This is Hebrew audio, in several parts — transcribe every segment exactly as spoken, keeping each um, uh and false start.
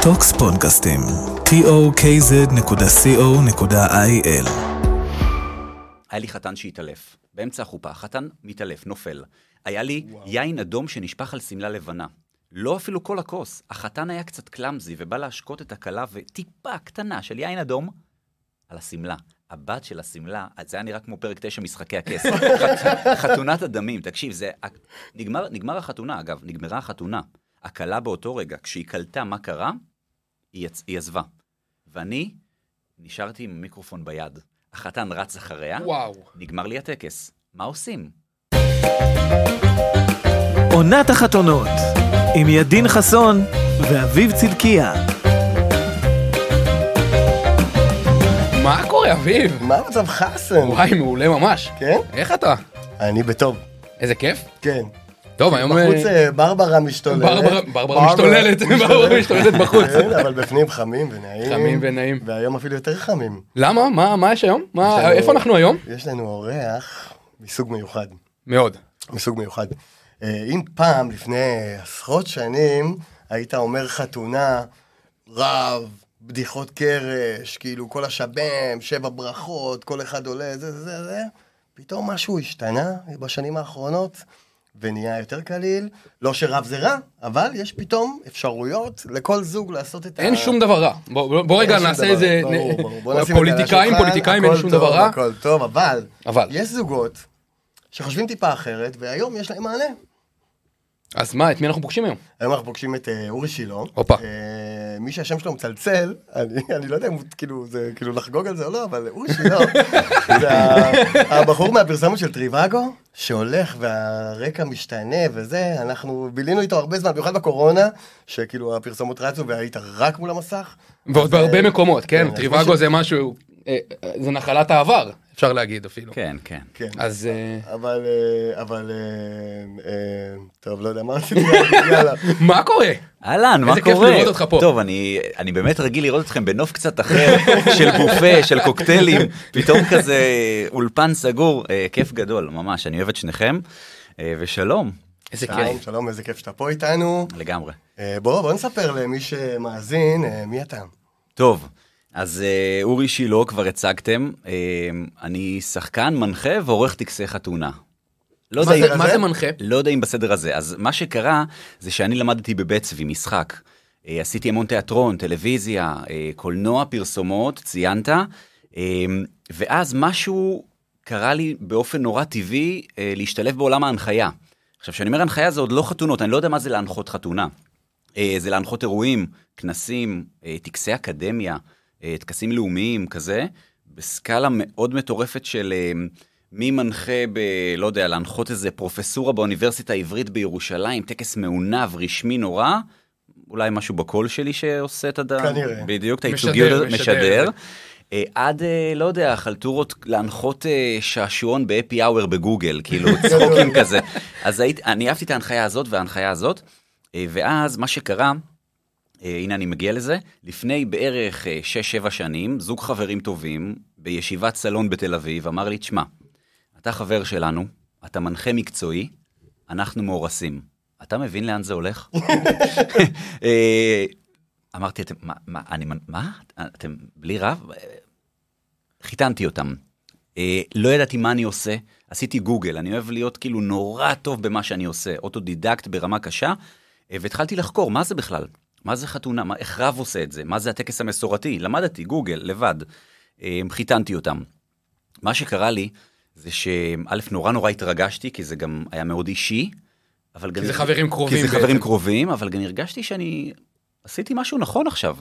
טוקס פודקאסטים טי או קיי זד נקודה סי או נקודה איי אל. היה לי חתן שהתעלף, באמצע החופה, החתן מתעלף, נופל. היה לי וואו. יין אדום שנשפך על סמלה לבנה. לא אפילו כל הכוס, החתן היה קצת קלאמזי ובא להשקות את הכלה וטיפה קטנה של יין אדום על הסמלה. הבת של הסמלה, זה היה נראה כמו פרק תשע משחקי הכס. חתונת הדמים, תקשיב, זה, נגמר, נגמר החתונה, אגב, נגמרה החתונה. הכלה באותו רגע, כשהיא קלטה מה קרה, היא, יצ... היא עזבה. ואני נשארתי עם מיקרופון ביד. החתן רץ אחריה, וואו. נגמר לי הטקס. מה עושים? עונת החתונות, עם ידין חסון ואביב צדקיה. מה קורה, אביב? מה מצב חסן? וואי, מעולה ממש. כן? איך אתה? אני בטוב. איזה כיף. כן. טוב, היום... בחוץ ברברה משתוללת. ברברה משתוללת, ברברה משתוללת בחוץ. כן, אבל בפנים חמים ונעים. חמים ונעים. והיום אפילו יותר חמים. למה? מה, מה יש היום? מה, איפה אנחנו היום? יש לנו אורח מסוג מיוחד. מאוד. מסוג מיוחד. אם פעם, לפני עשרות שנים, היית אומר חתונה, רב, בדיחות קרש, כאילו כל השבם, שבע ברכות, כל אחד עולה, זה, זה, זה. פתאום משהו השתנה בשנים האחרונות, ונהיה יותר קליל. לא שרב זה רע, אבל יש פתאום אפשרויות לכל זוג לעשות את ה... אין שום דבר רע. בוא, בוא רגע נעשה איזה... פוליטיקאים, פוליטיקאים, אין שום דבר רע. הכל טוב, אבל... אבל. יש זוגות שחושבים טיפה אחרת, והיום יש להם מענה. אז מה, את מי אנחנו פוגשים היום? היום אנחנו פוגשים את אורי שילה. אופה. מי שהשם שלו מצלצל, אני לא יודע אם כאילו זה כאילו לחגוג על זה או לא, אבל אורי שילה, זה הבחור מהפרסומת של טריוואגו, שהולך והרקע משתנה וזה, אנחנו בילינו איתו הרבה זמן, במיוחד בקורונה, שכאילו הפרסומות רצו והיית רק מול המסך. ועוד בהרבה מקומות, כן, טריוואגו זה משהו, זה נחלת העבר. אפשר להגיד אפילו. כן, כן. כן. אז... אבל, אבל, טוב, לא יודע מה רציתי, יאללה. מה קורה? אהלן, מה קורה? איזה כיף לראות אותך פה. טוב, אני, אני באמת רגיל לראות אתכם בנוף קצת אחר, של בופה, של קוקטיילים, פתאום כזה אולפן סגור, כיף גדול, ממש, אני אוהב את שניכם, ושלום. איזה כיף. כיף. שלום, איזה כיף שאתה פה איתנו. לגמרי. בוא, בוא נספר למי שמאזין, מי אתה? טוב. אז אורי שילה כבר הצגתם, אני שחקן, מנחה ועורך טקסי חתונה. מה זה, מה זה מנחה? לא יודע אם בסדר הזה. אז מה שקרה זה שאני למדתי בבית צבי משחק. עשיתי המון תיאטרון, טלוויזיה, קולנוע, פרסומות, ציינת, ואז משהו קרה לי באופן נורא טבעי להשתלב בעולם ההנחיה. עכשיו, כשאני אומר הנחיה זה עוד לא חתונות, אני לא יודע מה זה להנחות חתונה. זה להנחות אירועים, כנסים, טקסי אקדמיה, טקסים לאומיים כזה, בסקאלה מאוד מטורפת של מי מנחה ב... לא יודע, להנחות איזה פרופסורה באוניברסיטה העברית בירושלים, טקס מעונב, רשמי נורא, אולי משהו בקול שלי שעושה את הדם. כנראה. בדיוק, את הייצוגיות משדר. עד, לא יודע, חלטורות להנחות שעשועון באפי אאואר בגוגל, כאילו צחוקים כזה. אז אני אהבתי את ההנחיה הזאת וההנחיה הזאת, ואז מה שקרה, הנה אני מגיע לזה, לפני בערך שש שבע שנים, זוג חברים טובים, בישיבת סלון בתל אביב, אמר לי, תשמע, אתה חבר שלנו, אתה מנחה מקצועי, אנחנו מאורסים. אתה מבין לאן זה הולך? אמרתי, אתם, מה, מה, אני, מה? אתם בלי רב? חיתנתי אותם. לא ידעתי מה אני עושה, עשיתי גוגל, אני אוהב להיות כאילו נורא טוב במה שאני עושה, אוטודידקט ברמה קשה, והתחלתי לחקור, מה זה בכלל? מה זה חתונה? מה, איך רב עושה את זה? מה זה הטקס המסורתי? למדתי, גוגל, לבד. חיתנתי אותם. מה שקרה לי, זה שא' נורא נורא התרגשתי, כי זה גם היה מאוד אישי, אבל גם... כי זה חברים קרובים. כי זה חברים קרובים, אבל גם הרגשתי שאני עשיתי משהו נכון עכשיו.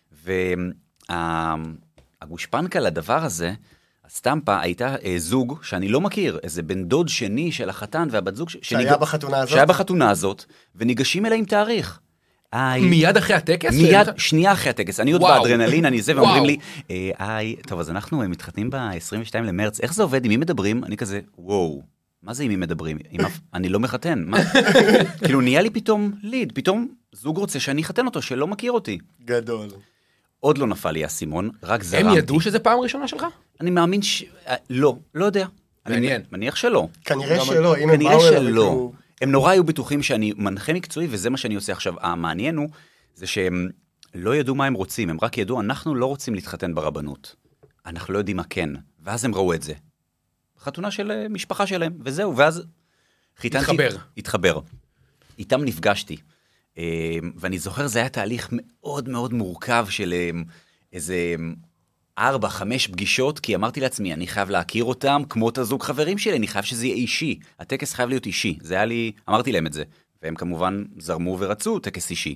והגושפנקה לדבר הזה, הסטמפה הייתה זוג שאני לא מכיר, איזה בן דוד שני של החתן והבת זוג... שהיה בחתונה הזאת? שהיה בחתונה הזאת, וניגשים אליי עם תאריך. מיד אחרי הטקס? מיד, שנייה אחרי הטקס. אני עוד באדרנלין, אני זה, ואומרים לי, איי, טוב, אז אנחנו מתחתנים ב-עשרים ושניים למרץ, איך זה עובד? עם מי מדברים? אני כזה, וואו, מה זה עם מי מדברים? אני לא מחתן. כאילו, נהיה לי פתאום ליד, פתאום זוג רוצה שאני אחתן אותו, שלא מכיר אותי. גדול. עוד לא נפל לי הסימון, רק זרמתי. הם ידעו שזה פעם ראשונה שלך? אני מאמין ש... לא, לא יודע. מעניין. מניח שלא. כנראה שלא, אם הם כנראה באו שלא. הם נורא היו בטוחים שאני מנחה מקצועי, וזה מה שאני עושה עכשיו. המעניין הוא, זה שהם לא ידעו מה הם רוצים, הם רק ידעו, אנחנו לא רוצים להתחתן ברבנות. אנחנו לא יודעים מה כן. ואז הם ראו את זה. חתונה של משפחה שלהם, וזהו, ואז חיתנתי... התחבר. התחבר. איתם נפגשתי. ואני זוכר, זה היה תהליך מאוד מאוד מורכב של איזה ארבע, חמש פגישות, כי אמרתי לעצמי, אני חייב להכיר אותם כמו את הזוג חברים שלי, אני חייב שזה יהיה אישי. הטקס חייב להיות אישי. זה היה לי, אמרתי להם את זה. והם כמובן זרמו ורצו טקס אישי.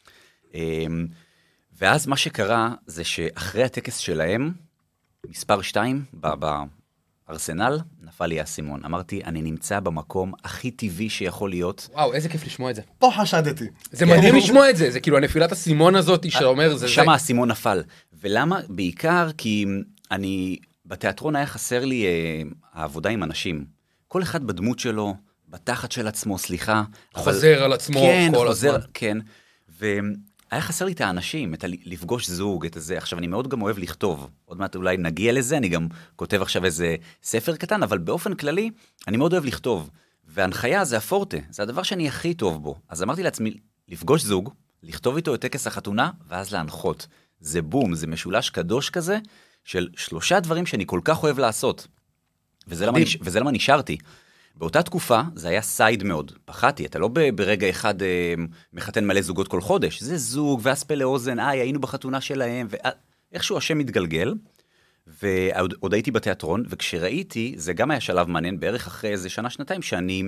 ואז מה שקרה זה שאחרי הטקס שלהם, מספר שתיים, בארסנל, נפל לי האסימון. אמרתי, אני נמצא במקום הכי טבעי שיכול להיות. וואו, איזה כיף לשמוע את זה. פה חשדתי. זה מדהים לשמוע את זה, זה כאילו הנפילת הסימון הזאת שאומר, זה זה. שם האסימון נפל. ולמה? בעיקר כי אני, בתיאטרון היה חסר לי העבודה עם אנשים. כל אחד בדמות שלו, בתחת של עצמו, סליחה. חוזר על עצמו כל הזמן. כן, והיה חסר לי את האנשים, את לפגוש זוג, את זה. עכשיו, אני מאוד גם אוהב לכתוב. עוד מעט אולי נגיע לזה, אני גם כותב עכשיו איזה ספר קטן, אבל באופן כללי, אני מאוד אוהב לכתוב. וההנחיה זה הפורטה, זה הדבר שאני הכי טוב בו. אז אמרתי לעצמי, לפגוש זוג, לכתוב איתו את טקס החתונה, ואז להנחות. זה בום, זה משולש קדוש כזה, של שלושה דברים שאני כל כך אוהב לעשות. וזה למה, וזה למה נשארתי. באותה תקופה זה היה סייד מאוד. פחדתי, אתה לא ברגע אחד אה, מחתן מלא זוגות כל חודש. זה זוג, ואספה לאוזן, איי, היינו בחתונה שלהם, ואיכשהו השם מתגלגל, ועוד הייתי בתיאטרון, וכשראיתי, זה גם היה שלב מעניין, בערך אחרי איזה שנה, שנתיים, שאני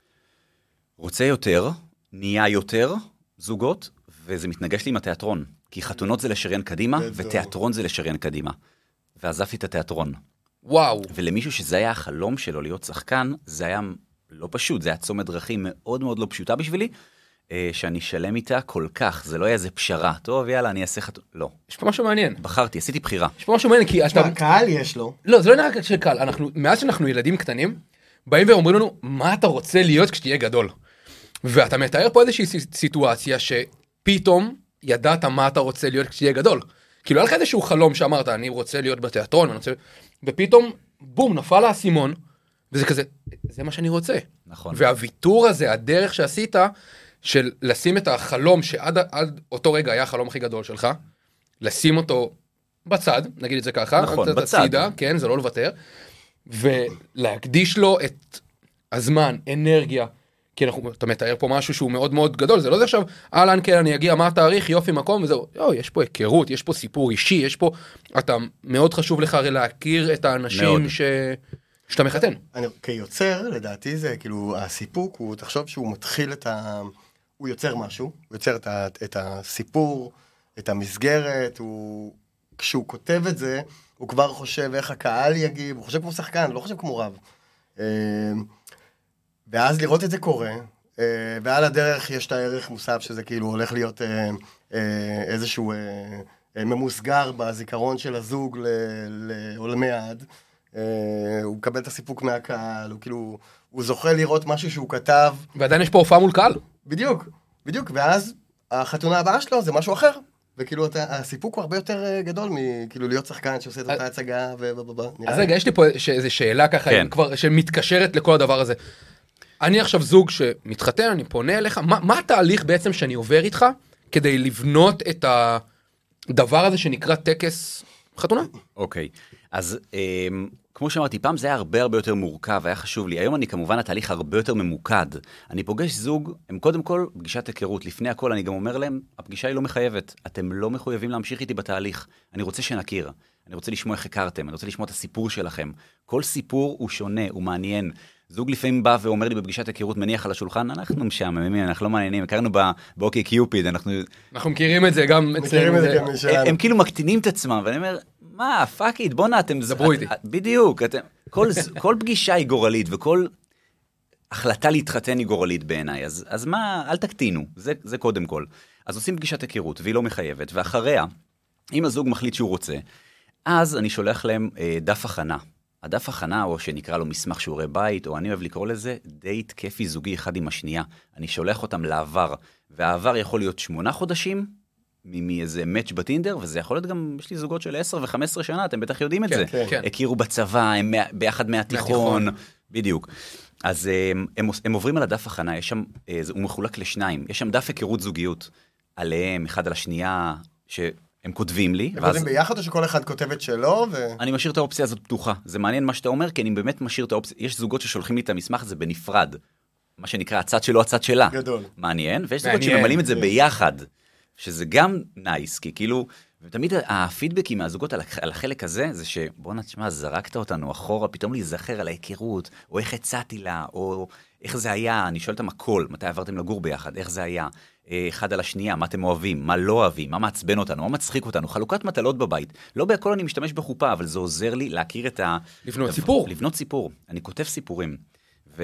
רוצה יותר, נהיה יותר זוגות, וזה מתנגש לי עם התיאטרון. כי חתונות זה לשריין קדימה, ותיאטרון זה לשריין קדימה. ועזבתי את התיאטרון. וואו. ולמישהו שזה היה החלום שלו להיות שחקן, זה היה לא פשוט, זה היה צומת דרכים מאוד מאוד לא פשוטה בשבילי, שאני שלם איתה כל כך, זה לא היה איזה פשרה, טוב יאללה אני אעשה חתונה, לא. יש פה משהו מעניין. בחרתי, עשיתי בחירה. יש פה משהו מעניין, כי אתה... קהל יש לו. לא, זה לא נראה שקל, אנחנו, מאז שאנחנו ילדים קטנים, באים ואומרים לנו, מה אתה רוצה להיות כשתהיה גדול? ואתה מתאר פה איזושהי סיטואציה שפתאום ידעת מה אתה רוצה להיות כשתהיה גדול. כאילו, היה לך איזשהו חלום שאמרת, אני רוצה להיות בתיאטרון, רוצה... ופתאום, בום, נפל האסימון, וזה כזה, זה מה שאני רוצה. נכון. והוויתור הזה, הדרך שעשית, של לשים את החלום, שעד עד אותו רגע היה החלום הכי גדול שלך, לשים אותו בצד, נגיד את זה ככה, נכון, בצד. הצידה, כן, זה לא לוותר, ולהקדיש לו את הזמן, אנרגיה, כי אנחנו, אתה מתאר פה משהו שהוא מאוד מאוד גדול, זה לא זה עכשיו, אהלן, כן, אני אגיע, מה התאריך, יופי מקום, וזהו, יו, יש פה היכרות, יש פה סיפור אישי, יש פה, אתה, מאוד חשוב לך הרי להכיר את האנשים ש... שאתה מחתן. אני, כיוצר, לדעתי זה, כאילו, הסיפוק, הוא, תחשוב שהוא מתחיל את ה... הוא יוצר משהו, הוא יוצר את, ה... את הסיפור, את המסגרת, הוא... כשהוא כותב את זה, הוא כבר חושב איך הקהל יגיב, הוא חושב כמו שחקן, לא חושב כמו רב. ואז לראות את זה קורה, ועל הדרך יש את הערך מוסף שזה כאילו הולך להיות איזשהו ממוסגר בזיכרון של הזוג לעולמי עד. הוא מקבל את הסיפוק מהקהל, הוא כאילו, הוא זוכה לראות משהו שהוא כתב. ועדיין יש פה הופעה מול קהל. בדיוק, בדיוק, ואז החתונה הבאה שלו זה משהו אחר. וכאילו הסיפוק הוא הרבה יותר גדול מכאילו להיות שחקן שעושה את אותה הצגה ובבבא. אז רגע, יש לי פה איזו שאלה ככה, שמתקשרת לכל הדבר הזה. אני עכשיו זוג שמתחתן, אני פונה אליך, מה, מה התהליך בעצם שאני עובר איתך, כדי לבנות את הדבר הזה שנקרא טקס חתונה? אוקיי, אז כמו שאמרתי, פעם זה היה הרבה הרבה יותר מורכב, היה חשוב לי. היום אני כמובן, התהליך הרבה יותר ממוקד. אני פוגש זוג, הם קודם כל פגישת היכרות. לפני הכל אני גם אומר להם, הפגישה היא לא מחייבת. אתם לא מחויבים להמשיך איתי בתהליך. אני רוצה שנכיר. אני רוצה לשמוע איך הכרתם. אני רוצה לשמוע את הסיפור שלכם. כל סיפור הוא שונה, הוא מעניין. זוג לפעמים בא ואומר לי בפגישת היכרות, מניח על השולחן, אנחנו משעממים, אנחנו לא מעניינים, הכרנו באוקיי קיופיד, אנחנו... אנחנו מכירים את זה גם מכירים את זה גם משלנו. הם כאילו מקטינים את עצמם, ואני אומר, מה, פאקית, בוא נה, אתם... דברו איתי. בדיוק, כל פגישה היא גורלית, וכל החלטה להתחתן היא גורלית בעיניי, אז מה, אל תקטינו, זה קודם כל. אז עושים פגישת היכרות, והיא לא מחייבת, ואחריה, אם הזוג מחליט שהוא רוצה, אז אני שולח להם דף הכנה. הדף הכנה, או שנקרא לו מסמך שיעורי בית, או אני אוהב לקרוא לזה, דייט כיפי זוגי אחד עם השנייה. אני שולח אותם לעבר, והעבר יכול להיות שמונה חודשים, מאיזה מאץ' בטינדר, וזה יכול להיות גם, יש לי זוגות של עשר וחמש עשרה שנה, אתם בטח יודעים את זה. כן, כן. הכירו בצבא, הם ביחד מהתיכון, מהתיכון. בדיוק. אז הם, הם, הם עוברים על הדף הכנה, יש שם, הוא מחולק לשניים, יש שם דף היכרות זוגיות, עליהם, אחד על השנייה, שהם כותבים לי. הם כותבים ביחד או שכל אחד כותב את שלו? אני משאיר את האופציה הזאת פתוחה. זה מעניין מה שאתה אומר, כי אני באמת משאיר את האופציה. יש זוגות ששולחים לי את המסמך הזה בנפרד. מה שנקרא, הצד שלו, הצד שלה. גדול. מעניין, ויש זוגות שממלאים את זה ביחד, שזה גם נייס, כי כאילו, ותמיד הפידבקים מהזוגות על החלק הזה, זה שבוא נשמע, זרקת אותנו אחורה, פתאום להיזכר על ההיכרות, או איך הצעתי לה, או איך זה היה, אני שואל אותם הכל, מתי עברתם לגור ביחד, איך זה היה, אחד על השנייה, מה אתם אוהבים, מה לא אוהבים, מה מעצבן אותנו, מה מצחיק אותנו, חלוקת מטלות בבית. לא בהכל אני משתמש בחופה, אבל זה עוזר לי להכיר את ה... לבנות סיפור. לבנות סיפור. אני כותב סיפורים. ו...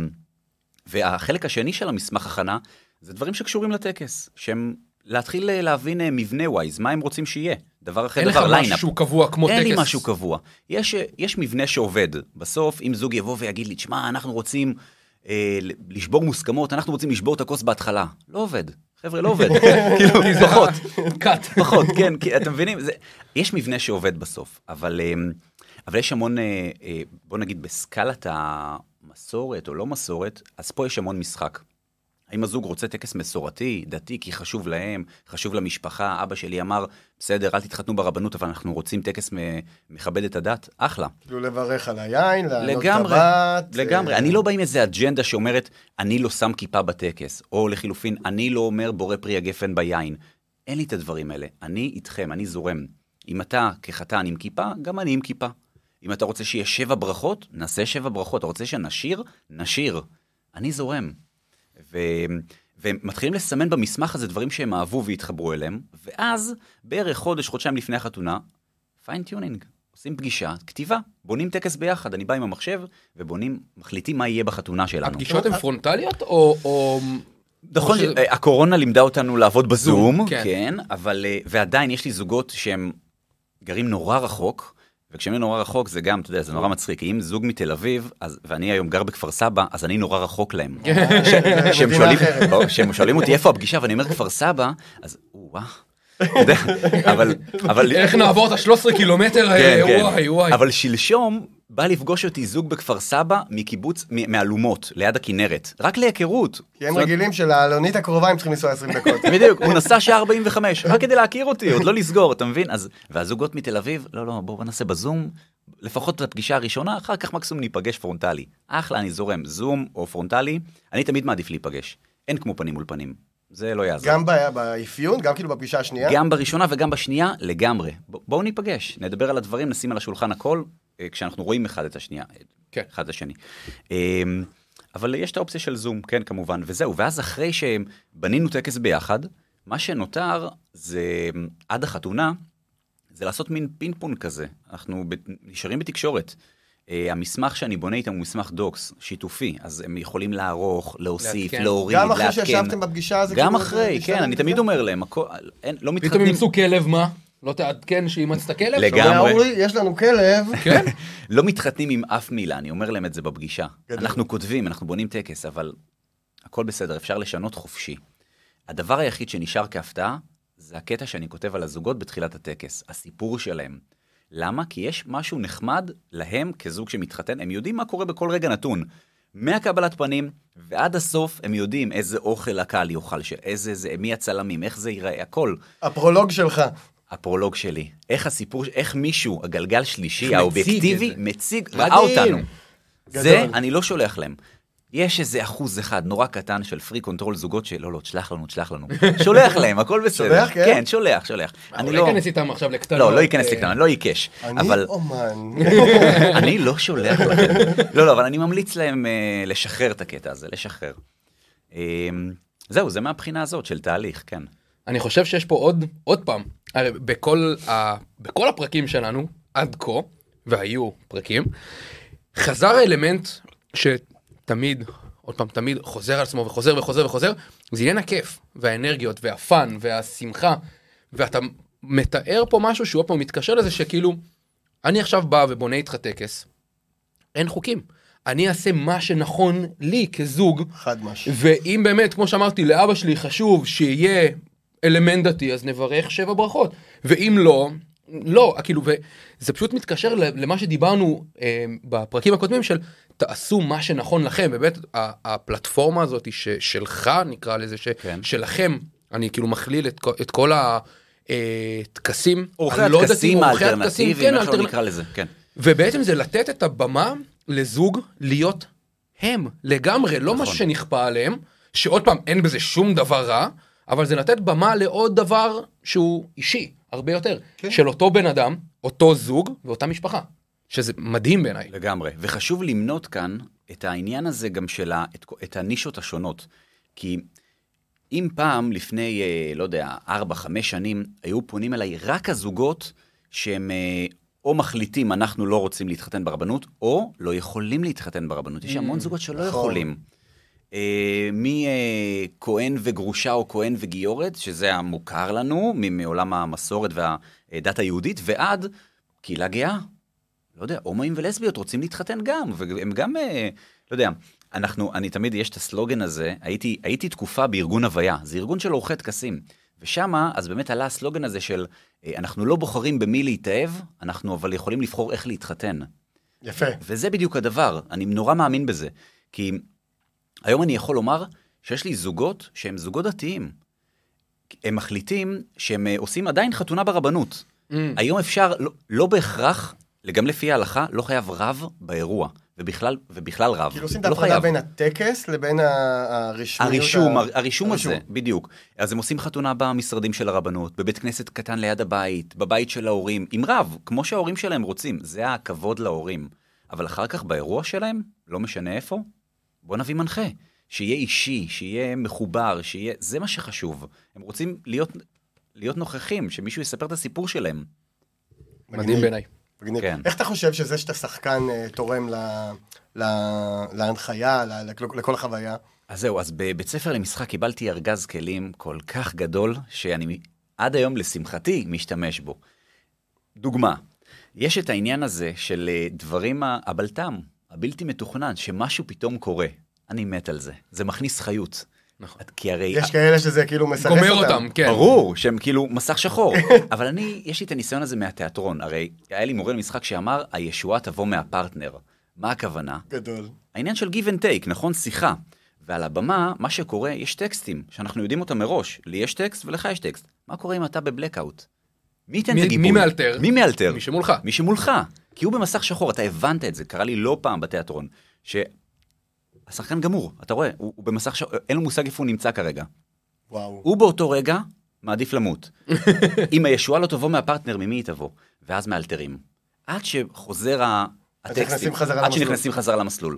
והחלק השני של המסמך הכנה, זה דברים שקשורים לטקס, שהם להתחיל להבין מבנה ווייז, מה הם רוצים שיהיה. דבר אחר, דבר ליינאפ. אין לך משהו קבוע כמו טקס. אין לי משהו קבוע. יש, יש מבנה שעובד. בסוף, אם זוג יבוא ויגיד לי, תשמע, אנחנו רוצים אה, לשבור מוסכמות, אנחנו רוצים לשבור את הכוס בהתחלה. לא עובד. חבר'ה, לא עובד. כאילו, פחות. קאט. פחות, כן, כי אתם מבינים? זה, יש מבנה שעובד בסוף, אבל, אה, אבל יש המון, אה, אה, בוא נגיד, בסקלת המסורת או לא מסורת, אז פה יש המון משחק. האם הזוג רוצה טקס מסורתי, דתי, כי חשוב להם, חשוב למשפחה, אבא שלי אמר, בסדר, אל תתחתנו ברבנות, אבל אנחנו רוצים טקס מכבד את הדת, אחלה. כאילו לברך על היין, לענות לגמרי, טבעת. לגמרי. אני לא בא עם איזה אג'נדה שאומרת, אני לא שם כיפה בטקס, או לחילופין, אני לא אומר בורא פרי הגפן ביין. אין לי את הדברים האלה. אני איתכם, אני זורם. אם אתה כחתן עם כיפה, גם אני עם כיפה. אם אתה רוצה שיהיה שבע ברכות, נעשה שבע ברכות. אתה רוצה שנשיר? נשיר. אני זורם. ו... ומתחילים לסמן במסמך הזה דברים שהם אהבו והתחברו אליהם, ואז בערך חודש, חודשיים לפני החתונה, פיינטיונינג, עושים פגישה, כתיבה, בונים טקס ביחד, אני בא עם המחשב, ובונים, מחליטים מה יהיה בחתונה שלנו. הפגישות הן פרונטליות או... או... נכון, ש... הקורונה לימדה אותנו לעבוד בזום, זום, כן. כן, אבל, ועדיין יש לי זוגות שהם גרים נורא רחוק, וכשהם נורא רחוק זה גם, אתה יודע, זה נורא מצחיק. אם זוג מתל אביב, אז, ואני היום גר בכפר סבא, אז אני נורא רחוק להם. שהם שואלים, שהם שואלים אותי איפה הפגישה, ואני אומר כפר סבא, אז וואו. אבל, אבל... איך נעבור את ה-שלושה עשר קילומטר, וואי, וואי. אבל שלשום בא לפגוש אותי זוג בכפר סבא מקיבוץ, מאלומות, ליד הכנרת. רק להיכרות. כי הם רגילים שלעלונית הקרובה הם צריכים לנסוע עשרים דקות. בדיוק, הוא נסע שעה ארבעים וחמש, רק כדי להכיר אותי, עוד לא לסגור, אתה מבין? אז, והזוגות מתל אביב, לא, לא, בואו נעשה בזום, לפחות בפגישה הראשונה, אחר כך מקסימום ניפגש פרונטלי. אחלה, אני זורם, זום או פרונטלי, אני תמיד מעדיף להיפגש. אין כמו פנים מול פנים. זה לא יעזור. גם באפיון, גם כאילו בפגישה השנייה? גם בראשונה וגם בשנייה, לגמרי. בואו ניפגש, נדבר על הדברים, נשים על השולחן הכל, כשאנחנו רואים אחד את השנייה, כן. אחד השני. אבל יש את האופציה של זום, כן, כמובן, וזהו. ואז אחרי שבנינו טקס ביחד, מה שנותר זה, עד החתונה, זה לעשות מין פינפון כזה. אנחנו נשארים בתקשורת. המסמך שאני בונה איתם הוא מסמך דוקס, שיתופי, אז הם יכולים לערוך, להוסיף, להוריד, גם אחרי להתקן. שישבתם בפגישה הזה? גם אחרי, כן, אני תמיד אומר להם, לא מתחתנים. פתאום ימצאו כלב, מה? לא תעדכן שאימצת כלב? לגמרי. יש לנו כלב. כן? לא מתחתנים עם אף מילה, אני אומר להם את זה בפגישה. אנחנו כותבים, אנחנו בונים טקס, אבל הכל בסדר, אפשר לשנות חופשי. הדבר היחיד שנשאר כהפתעה, זה הקטע שאני כותב על הזוגות בתחילת הטקס, הסיפור שלהם. למה? כי יש משהו נחמד להם כזוג שמתחתן, הם יודעים מה קורה בכל רגע נתון. מהקבלת פנים ועד הסוף הם יודעים איזה אוכל הקהל יאכל, איזה זה, מי הצלמים, איך זה ייראה, הכל. הפרולוג שלך. הפרולוג שלי. איך הסיפור, איך מישהו, הגלגל שלישי, האובייקטיבי, מציג, מדהים. ראה אותנו. גדול. זה אני לא שולח להם. יש איזה אחוז אחד נורא קטן של פרי קונטרול זוגות שלא, לא, תשלח לנו, תשלח לנו. שולח להם, הכל בסדר. שולח, כן? כן, שולח, שולח. אני לא אכנס איתם עכשיו לקטנות. לא, לא ייכנס לקטנות, לא ייקש. אני אומן. אני לא שולח לכם. לא, לא, אבל אני ממליץ להם לשחרר את הקטע הזה, לשחרר. זהו, זה מהבחינה הזאת של תהליך, כן. אני חושב שיש פה עוד, עוד פעם, הרי בכל, ה, בכל הפרקים שלנו, עד כה, והיו פרקים, חזר האלמנט שתמיד, עוד פעם, תמיד חוזר על עצמו וחוזר וחוזר וחוזר, זה עניין הכיף, והאנרגיות, והפן, והשמחה, ואתה מתאר פה משהו שהוא עוד פעם מתקשר לזה שכאילו, אני עכשיו בא ובונה איתך טקס, אין חוקים. אני אעשה מה שנכון לי כזוג, חד משהו. ואם באמת, כמו שאמרתי, לאבא שלי חשוב שיהיה אלמנט דתי, אז נברך שבע ברכות. ואם לא, לא, כאילו, וזה פשוט מתקשר למה שדיברנו אה, בפרקים הקודמים של תעשו מה שנכון לכם, באמת הפלטפורמה הזאת ששלך, נקרא לזה, ש, כן. שלכם, אני כאילו מכליל את, את כל אה, טקסים, אורחי הלא דתיים, הטקסים אורחי הטקסים, האלטרנטיביים, כן, איך שלא אלטרנ- נקרא לזה, כן. ובעצם זה לתת את הבמה לזוג להיות הם לגמרי, לא נכון. מה שנכפה עליהם, שעוד פעם אין בזה שום דבר רע, אבל זה לתת במה לעוד דבר שהוא אישי, הרבה יותר, כן. של אותו בן אדם, אותו זוג ואותה משפחה, שזה מדהים בעיניי. לגמרי. וחשוב למנות כאן את העניין הזה גם של ה, את, את הנישות השונות. כי אם פעם, לפני, אה, לא יודע, ארבע, חמש שנים, היו פונים אליי רק הזוגות שהם אה, או מחליטים, אנחנו לא רוצים להתחתן ברבנות, או לא יכולים להתחתן ברבנות. יש המון זוגות שלא נכון. יכולים. אה, מכהן וגרושה או כהן וגיורת, שזה המוכר לנו, מעולם המסורת והדת היהודית, ועד קהילה גאה. לא יודע, הומואים ולסביות רוצים להתחתן גם, והם גם, אה, לא יודע, אנחנו, אני תמיד, יש את הסלוגן הזה, הייתי, הייתי תקופה בארגון הוויה, זה ארגון של אורחי טקסים, ושמה, אז באמת עלה הסלוגן הזה של, אה, אנחנו לא בוחרים במי להתאהב, אנחנו אבל יכולים לבחור איך להתחתן. יפה. וזה בדיוק הדבר, אני נורא מאמין בזה, כי היום אני יכול לומר שיש לי זוגות שהם זוגות דתיים, הם מחליטים שהם אה, עושים עדיין חתונה ברבנות. Mm. היום אפשר, לא, לא בהכרח, גם לפי ההלכה, לא חייב רב באירוע, ובכלל, ובכלל רב. כאילו עושים את לא ההפרדה חייב. בין הטקס לבין ה- הרשמיות. הרישום, ה- הרישום הזה, הרישום. בדיוק. אז הם עושים חתונה במשרדים של הרבנות, בבית כנסת קטן ליד הבית, בבית של ההורים, עם רב, כמו שההורים שלהם רוצים. זה הכבוד להורים. אבל אחר כך באירוע שלהם, לא משנה איפה, בוא נביא מנחה. שיהיה אישי, שיהיה מחובר, שיהיה... זה מה שחשוב. הם רוצים להיות, להיות נוכחים, שמישהו יספר את הסיפור שלהם. מדהים בעיניי. מגניב. כן. איך אתה חושב שזה שאתה שחקן אה, תורם ל- ל- להנחיה, ל- לכל לכל החוויה? אז זהו, אז בבית ספר למשחק קיבלתי ארגז כלים כל כך גדול, שאני עד היום לשמחתי משתמש בו. דוגמה, יש את העניין הזה של אה, דברים ה- הבלטם, הבלתי מתוכנן, שמשהו פתאום קורה. אני מת על זה. זה מכניס חיות. נכון. כי הרי... יש כאלה שזה כאילו מסרס אותם. גומר אותם, כן. ברור, שהם כאילו מסך שחור. אבל אני, יש לי את הניסיון הזה מהתיאטרון. הרי היה לי מורה למשחק שאמר, הישועה תבוא מהפרטנר. מה הכוונה? גדול. העניין של give and take, נכון? שיחה. ועל הבמה, מה שקורה, יש טקסטים, שאנחנו יודעים אותם מראש. לי יש טקסט ולך יש טקסט. מה קורה אם אתה בבלקאוט? מי ייתן את מי- הגיבוי? מי מאלתר? מי מאלתר? מי שמולך. מי שמולך. כי הוא במסך שחור, אתה הבנת את זה. קרה לי לא פעם בתיאטרון, שהשחקן גמור, אתה רואה, הוא, הוא במסך שחור, אין לו מושג איפה הוא נמצא כרגע. וואו. הוא באותו רגע מעדיף למות. אם הישועה לא תבוא מהפרטנר, ממי היא תבוא? ואז מאלתרים. עד שחוזר ה- הטקסטים. נכנסים חזרה עד למסלול. שנכנסים חזרה למסלול.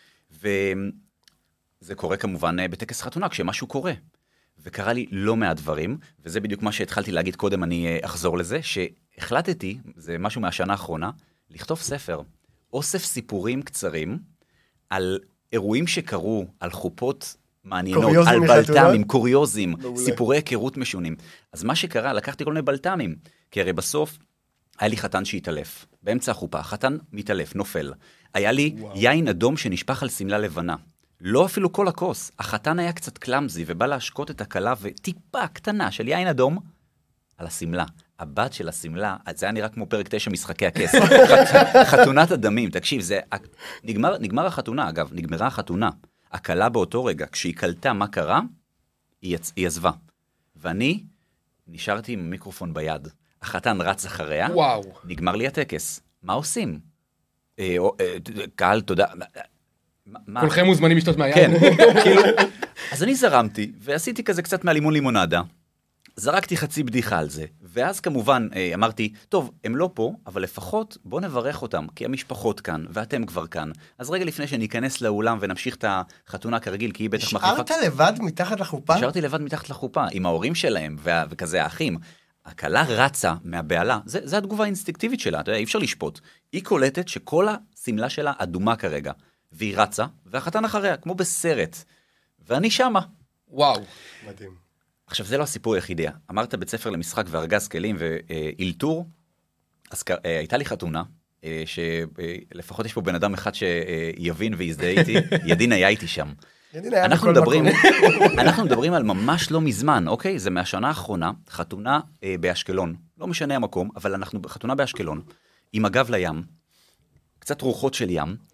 וזה קורה כמובן בטקס חתונה, כשמשהו קורה. וקרה לי לא מעט דברים, וזה בדיוק מה שהתחלתי להגיד קודם, אני אחזור לזה, שהחלטתי, זה משהו מהשנה האחרונה, לכתוב ספר. אוסף סיפורים קצרים על אירועים שקרו, על חופות מעניינות, קוריוזים על מחתונות? בלת"מים, קוריוזים, מעולה. סיפורי היכרות משונים. אז מה שקרה, לקחתי כל מיני בלת"מים, כי הרי בסוף היה לי חתן שהתעלף, באמצע החופה, החתן מתעלף, נופל. היה לי וואו. יין אדום שנשפך על סמלה לבנה. לא אפילו כל הכוס, החתן היה קצת קלאמזי, ובא להשקות את הכלה, וטיפה קטנה של יין אדום על הסמלה. הבת של הסמלה, זה היה נראה כמו פרק תשע משחקי הכס. חת- חתונת הדמים, תקשיב, זה... נגמר, נגמר החתונה, אגב, נגמרה החתונה. הכלה באותו רגע, כשהיא קלטה מה קרה, היא, יצ... היא עזבה. ואני נשארתי עם מיקרופון ביד. החתן רץ אחריה, וואו. נגמר לי הטקס. מה עושים? אה, או, אה, קהל, תודה. מה- מה? כולכם מוזמנים לשתות מהיד. כן, כאילו, אז אני זרמתי, ועשיתי כזה קצת מהלימון לימונדה, זרקתי חצי בדיחה על זה, ואז כמובן אה, אמרתי, טוב, הם לא פה, אבל לפחות בוא נברך אותם, כי המשפחות כאן, ואתם כבר כאן. אז רגע לפני שניכנס לאולם ונמשיך את החתונה כרגיל, כי היא בטח מחליפה... נשארת לבד מתחת לחופה? נשארתי לבד מתחת לחופה, עם ההורים שלהם, וה- וכזה האחים. הכלה רצה מהבעלה, זה, זה התגובה האינסטינקטיבית שלה, אתה יודע, אי אפשר לשפוט. היא קולטת שכל הסמלה שלה אדומה כרגע, והיא רצה, והחתן אחריה, כמו בסרט. ואני שמה. וואו. מדהים. עכשיו, זה לא הסיפור היחידי. אמרת בית ספר למשחק וארגז כלים ואילתור, אז כ- אה, הייתה לי חתונה, אה, שלפחות יש פה בן אדם אחד שיבין ויזדהה איתי, ידין היה איתי שם. ידין היה אנחנו בכל מדברים, מקום. אנחנו מדברים על ממש לא מזמן, אוקיי? זה מהשנה האחרונה, חתונה אה, באשקלון. לא משנה המקום, אבל אנחנו חתונה באשקלון, עם הגב לים, קצת רוחות של ים,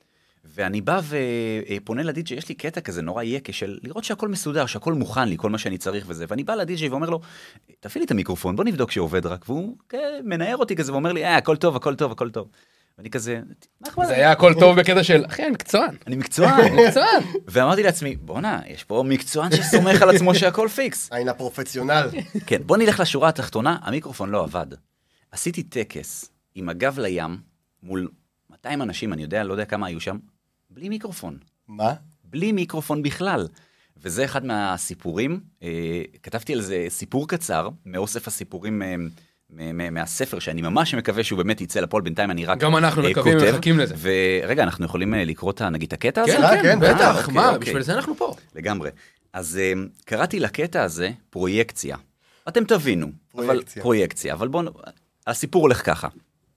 ואני בא ופונה לדי-ג'יי, יש לי קטע כזה נורא יקה של לראות שהכל מסודר, שהכל מוכן לי, כל מה שאני צריך וזה, ואני בא לדי-ג'יי ואומר לו, תפעיל לי את המיקרופון, בוא נבדוק שעובד רק, והוא מנער אותי כזה ואומר לי, אה, הכל טוב, הכל טוב, הכל טוב. ואני כזה, זה היה הכל טוב בקטע של, אחי, אני מקצוען. אני מקצוען. מקצוען. ואמרתי לעצמי, בוא'נה, יש פה מקצוען שסומך על עצמו שהכל פיקס. עין הפרופציונל. כן, בוא נלך לשורה התחתונה, המיקרופון לא עבד. עשיתי טקס עם הגב לים, מול מאתיים אנשים, אני יודע, לא יודע כמה היו שם, בלי מיקרופון. מה? בלי מיקרופון בכלל. וזה אחד מהסיפורים, אה, כתבתי על זה סיפור קצר, מאוסף הסיפורים אה, מהספר, שאני ממש מקווה שהוא באמת יצא לפועל, בינתיים אני רק גם אנחנו מקווים ומחכים לזה. ורגע, אנחנו יכולים לקרוא את, נגיד, הקטע הזה? כן, כן, בטח, מה, אוקיי. בשביל זה אנחנו פה. לגמרי. אז uh, קראתי לקטע הזה פרויקציה. אתם תבינו, פרויקציה. אבל פרויקציה, אבל בואו, הסיפור הולך ככה.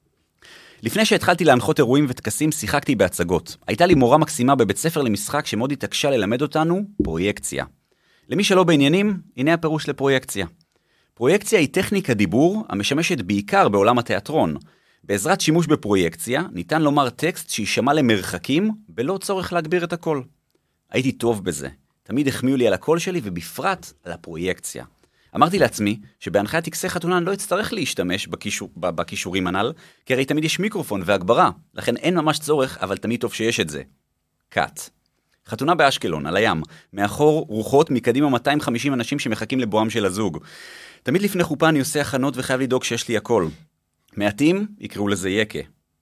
לפני שהתחלתי להנחות אירועים וטקסים, שיחקתי בהצגות. הייתה לי מורה מקסימה בבית ספר למשחק שמאוד התעקשה ללמד אותנו פרויקציה. למי שלא בעניינים, הנה הפירוש לפרויקציה. פרויקציה היא טכניקה דיבור המשמשת בעיקר בעולם התיאטרון. בעזרת שימוש בפרויקציה, ניתן לומר טקסט שישמע למרחקים, בלא צורך להגביר את הקול. הייתי טוב בזה. תמיד החמיאו לי על הקול שלי, ובפרט על הפרויקציה. אמרתי לעצמי, שבהנחיית טקסי חתונה אני לא אצטרך להשתמש בקישור, בקישורים הנ"ל, כי הרי תמיד יש מיקרופון והגברה, לכן אין ממש צורך, אבל תמיד טוב שיש את זה. קאט. חתונה באשקלון, על הים. מאחור רוחות, מקדימה מאתיים וחמישים אנשים שמחכים לבואם של הזוג. תמיד לפני חופה אני עושה הכנות וחייב לדאוג שיש לי הכל. מעטים יקראו לזה יקה.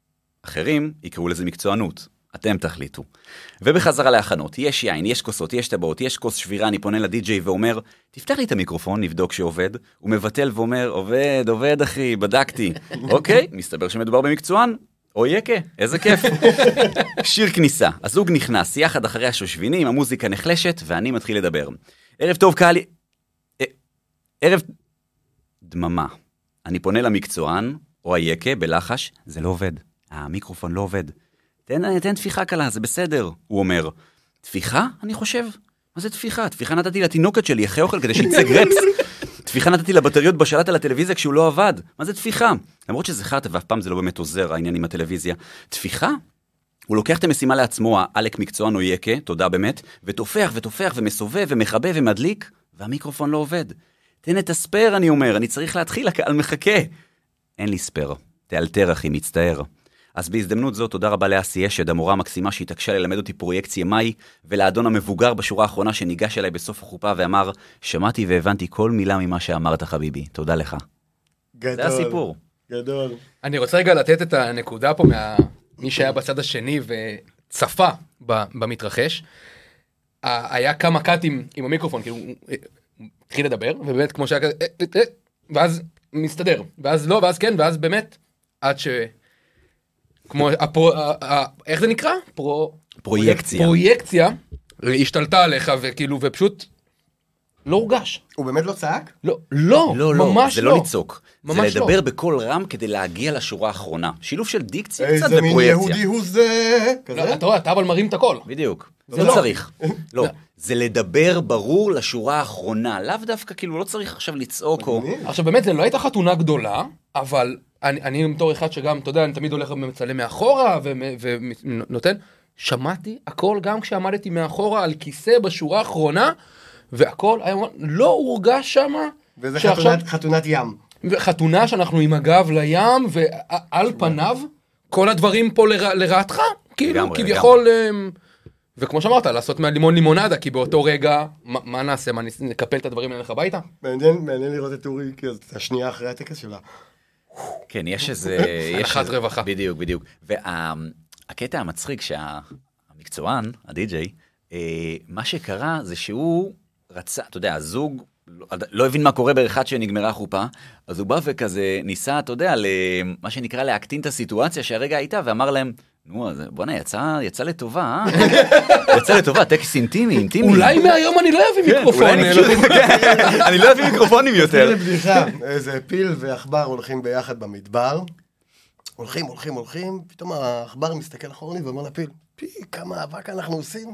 אחרים יקראו לזה מקצוענות. אתם תחליטו. ובחזרה להכנות, יש יין, יש כוסות, יש טבעות, יש כוס שבירה, אני פונה לדי-ג'יי ואומר, תפתח לי את המיקרופון, נבדוק שעובד. הוא מבטל ואומר, עובד, עובד אחי, בדקתי. אוקיי, מסתבר שמדובר במקצוען. או יקה, איזה כיף. שיר כניסה, הזוג נכנס, יחד אחרי השושבינים, המוזיקה נחלשת, ואני מתחיל לדבר. ערב טוב קהל... ערב... דממה. אני פונה למקצוען, או היקה, בלחש, זה לא עובד. המיקרופון לא עובד. תן, תן תפיחה קלה, זה בסדר. הוא אומר, תפיחה? אני חושב. מה זה תפיחה? תפיחה נתתי לתינוקת שלי אחרי אוכל כדי שיצא גרפס. תפיחה נתתי לבטריות בשלט על הטלוויזיה כשהוא לא עבד. מה זה תפיחה? למרות שזה חרטה ואף פעם זה לא באמת עוזר העניין עם הטלוויזיה. תפיחה? הוא לוקח את המשימה לעצמו, העלק מקצוען או יקה, תודה באמת, ותופח ותופח ומסובב ומחבא ומדליק, והמיקרופון לא עובד. תן את הספר, אני אומר, אני צריך להתחיל, הקהל מחכה. אין לי ספר. תאלתר אחי, מצטער. אז בהזדמנות זו, תודה רבה לאסי אשד, המורה המקסימה שהתעקשה ללמד אותי פרויקציה מאי, ולאדון המבוגר בשורה האחרונה שניגש אליי בסוף החופה ואמר, שמעתי והבנתי כל מילה ממה שאמרת חביבי. תודה לך. גדול. זה הסיפור. גדול. אני רוצה רגע לתת את הנקודה פה ממי שהיה בצד השני וצפה במתרחש. היה כמה קאטים עם המיקרופון, כאילו הוא התחיל לדבר, ובאמת כמו שהיה כזה, ואז מסתדר, ואז לא, ואז כן, ואז באמת, עד ש... כמו, הפרו, איך זה נקרא? פרו... פרויקציה. פרויקציה, השתלטה עליך, וכאילו, ופשוט לא הורגש. הוא באמת לא צעק? לא, לא, לא, לא, ממש זה לא. לא לצעוק. זה ממש לדבר לא. בקול רם כדי להגיע לשורה האחרונה. שילוב של דיקציה קצת איזה מין ופרויקציה. יהודי הוא זה? לא, כזה? אתה רואה, אתה אבל מרים את הכל. בדיוק. זה זה לא. לא צריך. לא, זה לדבר ברור לשורה האחרונה. לאו דווקא, כאילו, לא צריך עכשיו לצעוק או... עכשיו באמת, זה לא הייתה חתונה גדולה, אבל אני, אני בתור אחד שגם, אתה יודע, אני תמיד הולך ומצלם מאחורה ונותן, שמעתי הכל גם כשעמדתי מאחורה על כיסא בשורה האחרונה, והכל היה לא הורגש שם. וזה שעכשיו, חתונת, חתונת ים. חתונה שאנחנו עם הגב לים, ועל פניו, כל הדברים פה לרע, לרעתך, כאילו, לגמרי, כביכול... לגמרי. וכמו שאמרת, לעשות מהלימון לימונדה, כי באותו רגע, מה, מה נעשה? מה, נקפל את הדברים האלה הביתה? מעניין, מעניין לראות את אורי, כי זאת השנייה אחרי הטקס שלה. כן, יש איזה... הנחת רווחה. בדיוק, בדיוק. והקטע המצחיק שהמקצוען, הדי-ג'יי, מה שקרה זה שהוא רצה, אתה יודע, הזוג לא הבין מה קורה באחד שנגמרה חופה, אז הוא בא וכזה ניסה, אתה יודע, מה שנקרא להקטין את הסיטואציה שהרגע הייתה, ואמר להם, נו, בוא'נה, יצא, יצא לטובה, אה? יצא לטובה, טקס אינטימי, אינטימי. אולי מהיום אני לא אביא מיקרופון. אני לא אביא מיקרופונים יותר. זה לבדיחה, איזה פיל ועכבר הולכים ביחד במדבר, הולכים, הולכים, הולכים, פתאום העכבר מסתכל אחורני ואומר לפיל, פי, כמה אבק אנחנו עושים.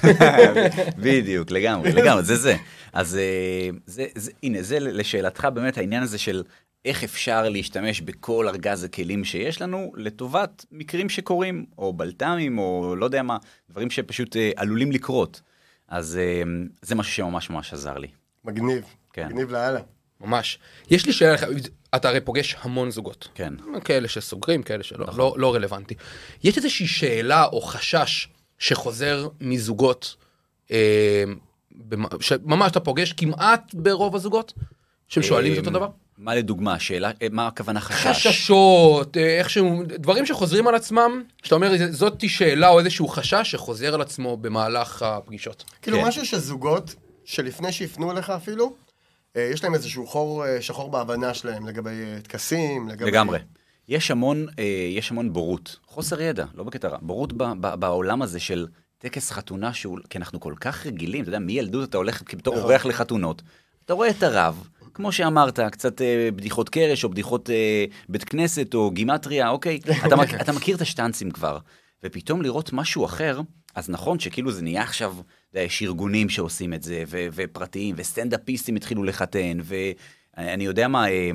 בדיוק, לגמרי, לגמרי, זה זה. אז הנה, זה לשאלתך באמת העניין הזה של איך אפשר להשתמש בכל ארגז הכלים שיש לנו, לטובת מקרים שקורים, או בלת"מים, או לא יודע מה, דברים שפשוט אה, עלולים לקרות. אז אה, זה משהו שממש ממש עזר לי. מגניב, כן. מגניב לאללה. ממש. יש לי שאלה לך, אתה הרי פוגש המון זוגות. כן. כאלה שסוגרים, כאלה שלא לא, לא רלוונטי. יש איזושהי שאלה או חשש שחוזר מזוגות, אה, במ- שממש אתה פוגש כמעט ברוב הזוגות, שהם שואלים את אותו דבר? מה לדוגמה, שאלה, מה הכוונה חשש? חששות, אה, איכשהו, דברים שחוזרים על עצמם, שאתה אומר, זאת שאלה או איזשהו חשש שחוזר על עצמו במהלך הפגישות. כאילו כן. משהו שזוגות, שלפני שיפנו לך אפילו, אה, יש להם איזשהו חור אה, שחור בהבנה שלהם, לגבי אה, טקסים, לגבי... לגמרי. יש המון, אה, יש המון בורות, חוסר ידע, לא בקטע רע, בורות ב, ב, בעולם הזה של טקס חתונה, שהוא, כי אנחנו כל כך רגילים, אתה יודע, מילדות אתה הולך בתור אורח לחתונות, אתה רואה את הרב, כמו שאמרת, קצת אה, בדיחות קרש, או בדיחות אה, בית כנסת, או גימטריה, אוקיי, אתה, מכ, אתה מכיר את השטנצים כבר, ופתאום לראות משהו אחר, אז נכון שכאילו זה נהיה עכשיו, אתה יודע, יש ארגונים שעושים את זה, ו, ופרטיים, וסטנדאפיסטים התחילו לחתן, ואני יודע מה... אה,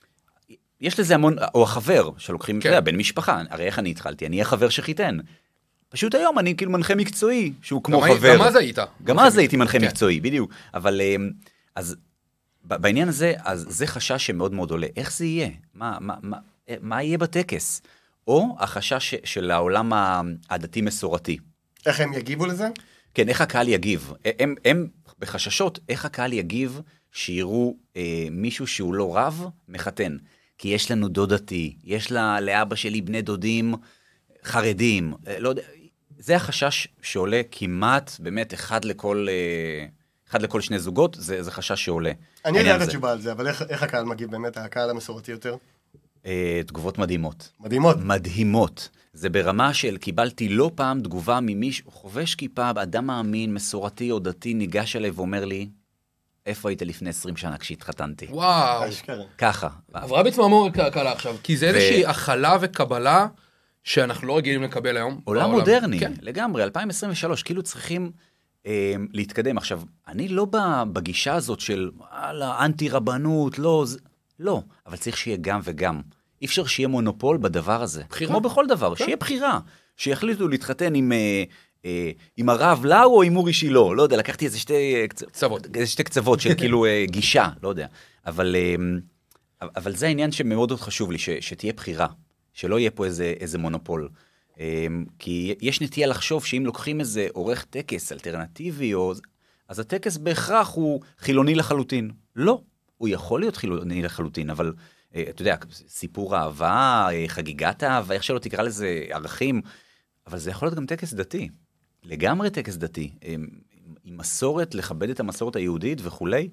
יש לזה המון, או החבר שלוקחים, כן. אתה יודע, בן משפחה, הרי איך אני התחלתי, אני החבר שחיתן. פשוט היום אני כאילו מנחה מקצועי, שהוא כמו גם חבר. גם אז היית. גם אז הייתי מנחה כן. מקצועי, בדיוק. אבל, אז, בעניין הזה, אז זה חשש שמאוד מאוד עולה. איך זה יהיה? מה, מה, מה, מה יהיה בטקס? או החשש של העולם הדתי-מסורתי. איך הם יגיבו לזה? כן, איך הקהל יגיב? הם, הם בחששות, איך הקהל יגיב שיראו אה, מישהו שהוא לא רב, מחתן. כי יש לנו דודתי, יש לה, לאבא שלי בני דודים חרדים, לא יודע, זה החשש שעולה כמעט, באמת, אחד לכל, אחד לכל שני זוגות, זה, זה חשש שעולה. אני יודע את התשובה על זה, אבל איך, איך הקהל מגיב באמת, הקהל המסורתי יותר? אה, תגובות מדהימות. מדהימות. מדהימות. זה ברמה של, קיבלתי לא פעם תגובה ממישהו, חובש כיפה, אדם מאמין, מסורתי או דתי, ניגש אליי ואומר לי, איפה היית לפני עשרים שנה כשהתחתנתי? וואו. אשכרה. ככה. עברה בצמרמורת קלה עכשיו, כי זה איזושהי הכלה וקבלה שאנחנו לא רגילים לקבל היום. עולם בעולם. מודרני, כן. לגמרי, אלפיים עשרים ושלוש, כאילו צריכים אה, להתקדם. עכשיו, אני לא בגישה הזאת של, וואלה, אנטי רבנות, לא, זה, לא, אבל צריך שיהיה גם וגם. אי אפשר שיהיה מונופול בדבר הזה. בחירה. כמו בכל דבר, כן. שיהיה בחירה. שיחליטו להתחתן עם, אה, אה, עם הרב לאו או עם אורי שילה, לא יודע, לקחתי איזה שתי קצוות. איזה שתי קצוות של כאילו אה, גישה, לא יודע. אבל, אה, אבל זה העניין שמאוד מאוד חשוב לי, ש, שתהיה בחירה. שלא יהיה פה איזה, איזה מונופול. כי יש נטייה לחשוב שאם לוקחים איזה עורך טקס אלטרנטיבי, או... אז הטקס בהכרח הוא חילוני לחלוטין. לא, הוא יכול להיות חילוני לחלוטין, אבל אתה יודע, סיפור אהבה, חגיגת אהבה, איך שלא תקרא לזה ערכים, אבל זה יכול להיות גם טקס דתי. לגמרי טקס דתי. עם מסורת, לכבד את המסורת היהודית וכולי.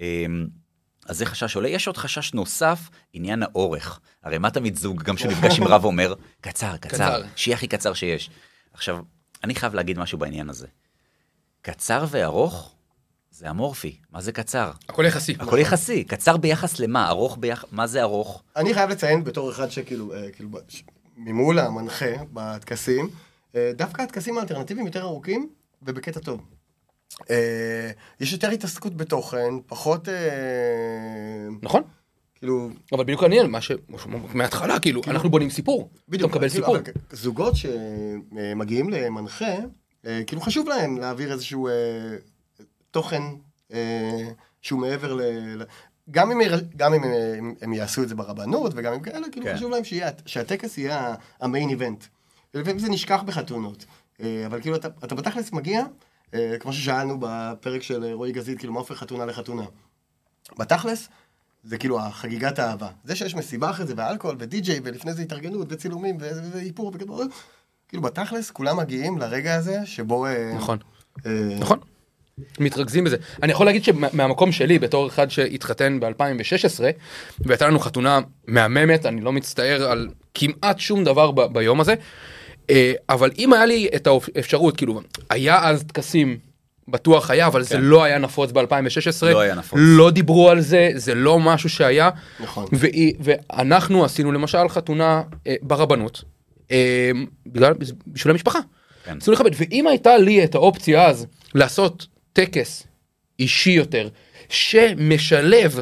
אז זה חשש עולה. יש עוד חשש נוסף, עניין האורך. הרי מה תמיד זוג, גם שנפגש עם רב אומר, קצר, קצר, קצר. שיהיה הכי קצר שיש. עכשיו, אני חייב להגיד משהו בעניין הזה. קצר וארוך, זה אמורפי. מה זה קצר? הכל יחסי. הכל יחסי. קצר ביחס למה? ארוך ביחס... מה זה ארוך? אני חייב לציין בתור אחד שכאילו, אה, כאילו, ש- ממול המנחה בטקסים, אה, דווקא הטקסים האלטרנטיביים יותר ארוכים ובקטע טוב. אה, יש יותר התעסקות בתוכן, פחות, אה, נכון? כאילו, אבל בדיוק עניין, מה ש... מההתחלה, כאילו, אנחנו בונים סיפור. אתה מקבל כאילו, סיפור. אבל זוגות שמגיעים למנחה, אה, כאילו חשוב להם להעביר איזשהו אה, תוכן אה, שהוא מעבר ל... ל- גם אם, גם אם הם, הם יעשו את זה ברבנות, וגם אם כאלה, כאילו כן. חשוב להם שיהיה, שהטקס יהיה המיין איבנט. ולפעמים זה נשכח בחתונות. אה, אבל כאילו, אתה, אתה בתכלס מגיע, אה, כמו ששאלנו בפרק של רועי גזית, כאילו, מה הופך חתונה לחתונה? בתכלס, זה כאילו החגיגת האהבה. זה שיש מסיבה אחרי זה, ואלכוהול, ודי-ג'יי, ולפני זה התארגנות, וצילומים, ואיפור, וכדומה. כאילו, בתכלס, כולם מגיעים לרגע הזה, שבו... אה, נכון. אה, נכון. מתרכזים בזה. אני יכול להגיד שמהמקום שלי, בתור אחד שהתחתן ב-אלפיים ושש עשרה, והייתה לנו חתונה מהממת, אני לא מצטער על כמעט שום דבר ב- ביום הזה, אה, אבל אם היה לי את האפשרות, כאילו, היה אז טקסים, בטוח היה, אבל זה לא היה נפוץ ב-אלפיים ושש עשרה, לא היה נפוץ. לא דיברו על זה, זה לא משהו שהיה, נכון. ו- ואנחנו עשינו למשל חתונה אה, ברבנות, אה, בגלל, בשביל המשפחה. כן. צריכים לכבד, ואם הייתה לי את האופציה אז לעשות טקס אישי יותר, שמשלב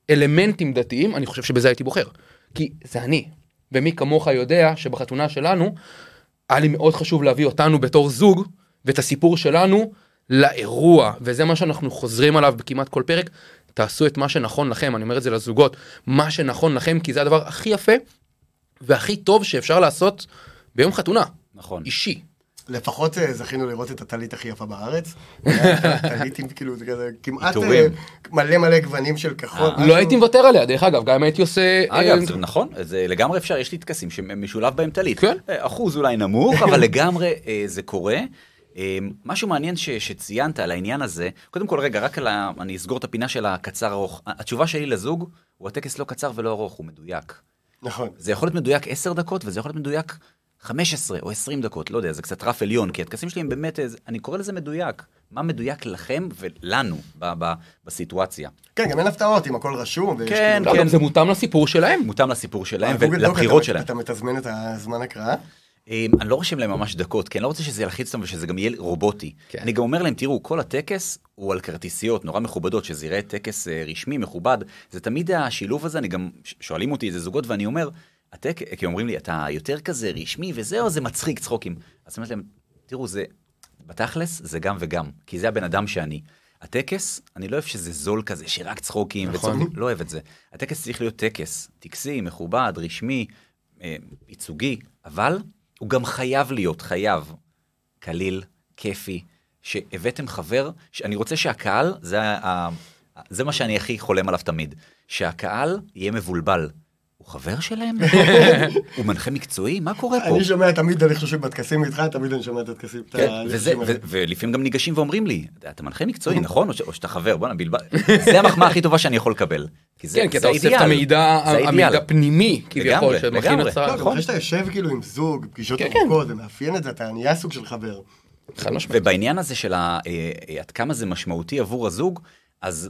אלמנטים דתיים, אני חושב שבזה הייתי בוחר. כי זה אני. ומי כמוך יודע שבחתונה שלנו, היה לי מאוד חשוב להביא אותנו בתור זוג, ואת הסיפור שלנו לאירוע, וזה מה שאנחנו חוזרים עליו בכמעט כל פרק, תעשו את מה שנכון לכם, אני אומר את זה לזוגות, מה שנכון לכם, כי זה הדבר הכי יפה, והכי טוב שאפשר לעשות ביום חתונה. נכון. אישי. לפחות זכינו לראות את הטלית הכי יפה בארץ. טליתים כאילו, זה כזה, כמעט מלא מלא גוונים של כחול. לא הייתי מוותר עליה, דרך אגב, גם הייתי עושה... אגב, זה נכון, זה לגמרי אפשר, יש לי טקסים שמשולב בהם טלית. אחוז אולי נמוך, אבל לגמרי זה קורה. משהו מעניין שציינת על העניין הזה, קודם כל רגע, רק על ה... אני אסגור את הפינה של הקצר ארוך. התשובה שלי לזוג, הוא הטקס לא קצר ולא ארוך, הוא מדויק. נכון. זה יכול להיות מדויק עשר דקות, וזה יכול להיות מדויק חמש עשרה או עשרים דקות, לא יודע, זה קצת רף עליון, כי הטקסים שלי הם באמת, אני קורא לזה מדויק. מה מדויק לכם ולנו ב- ב- בסיטואציה. כן, גם אין הפתעות, אם הכל רשום. כן, לא, גם זה מותאם לסיפור שלהם. מותאם לסיפור שלהם גוגל דוק, ולבחירות אתה- שלהם. אתה מתזמן את הזמן הקראה? אני לא רושם להם ממש דקות, כי אני לא רוצה שזה ילחיץ אותם ושזה גם יהיה רובוטי. כן. אני גם אומר להם, תראו, כל הטקס הוא על כרטיסיות נורא מכובדות, שזה יראה טקס אה, רשמי, מכובד. זה תמיד השילוב הזה, אני גם, שואלים אותי איזה זוגות, ואני אומר, הטק, כי אומרים לי, אתה יותר כזה רשמי, וזהו, זה מצחיק, צחוקים. אז אני אומר להם, תראו, זה, בתכלס, זה גם וגם, כי זה הבן אדם שאני. הטקס, אני לא אוהב שזה זול כזה, שרק צחוקים נכון. וצחוקים, לא אוהב את זה. הטקס צריך להיות טקס, טקסי, מכובד, רשמי, אה, ייצוגי, אבל הוא גם חייב להיות, חייב, קליל, כיפי, שהבאתם חבר, שאני רוצה שהקהל, זה, ה, זה מה שאני הכי חולם עליו תמיד, שהקהל יהיה מבולבל. הוא חבר שלהם? הוא מנחה מקצועי? מה קורה פה? אני שומע תמיד, אני חושב בטקסים איתך, תמיד אני שומע את הטקסים. ולפעמים גם ניגשים ואומרים לי, אתה מנחה מקצועי, נכון? או שאתה חבר, בוא נבלבל. זה המחמאה הכי טובה שאני יכול לקבל. כן, כי אתה אוסף את המידע הפנימי, כביכול, שמכין הצעה. אחרי שאתה יושב כאילו עם זוג, פגישות ארוכות, ומאפיין את זה, אתה נהיה סוג של חבר. ובעניין הזה של עד כמה זה משמעותי עבור הזוג, אז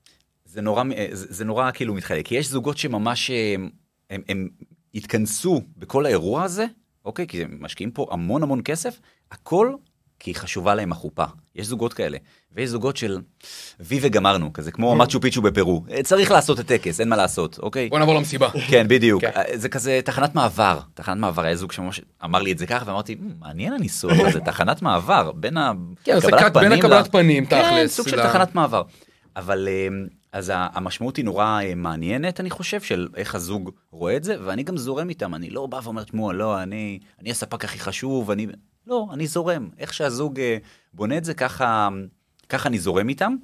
זה נורא, זה נורא כאילו מתחלק. כי יש זוגות שממש הם, הם התכנסו בכל האירוע הזה, אוקיי? כי הם משקיעים פה המון המון כסף, הכל כי היא חשובה להם החופה. יש זוגות כאלה. ויש זוגות של וי וגמרנו, כזה כמו מצ'ו פיצ'ו בפרו. צריך לעשות את טקס, אין מה לעשות, אוקיי? בוא נעבור למסיבה. כן, בדיוק. זה כזה תחנת מעבר. תחנת מעבר, היה זוג שממש אמר לי את זה ככה, ואמרתי, מעניין הניסוי הזה, תחנת מעבר, בין הקבלת פנים. בין הקבלת פנים, תכלס. כן, סוג של תחנת מעבר. אבל אז המשמעות היא נורא מעניינת, אני חושב, של איך הזוג רואה את זה, ואני גם זורם איתם. אני לא בא ואומר, תשמעו, לא, אני, אני הספק הכי חשוב, אני... לא, אני זורם. איך שהזוג בונה את זה, ככה, ככה אני זורם איתם.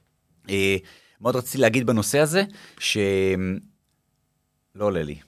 מאוד רציתי להגיד בנושא הזה, ש... לא עולה לי.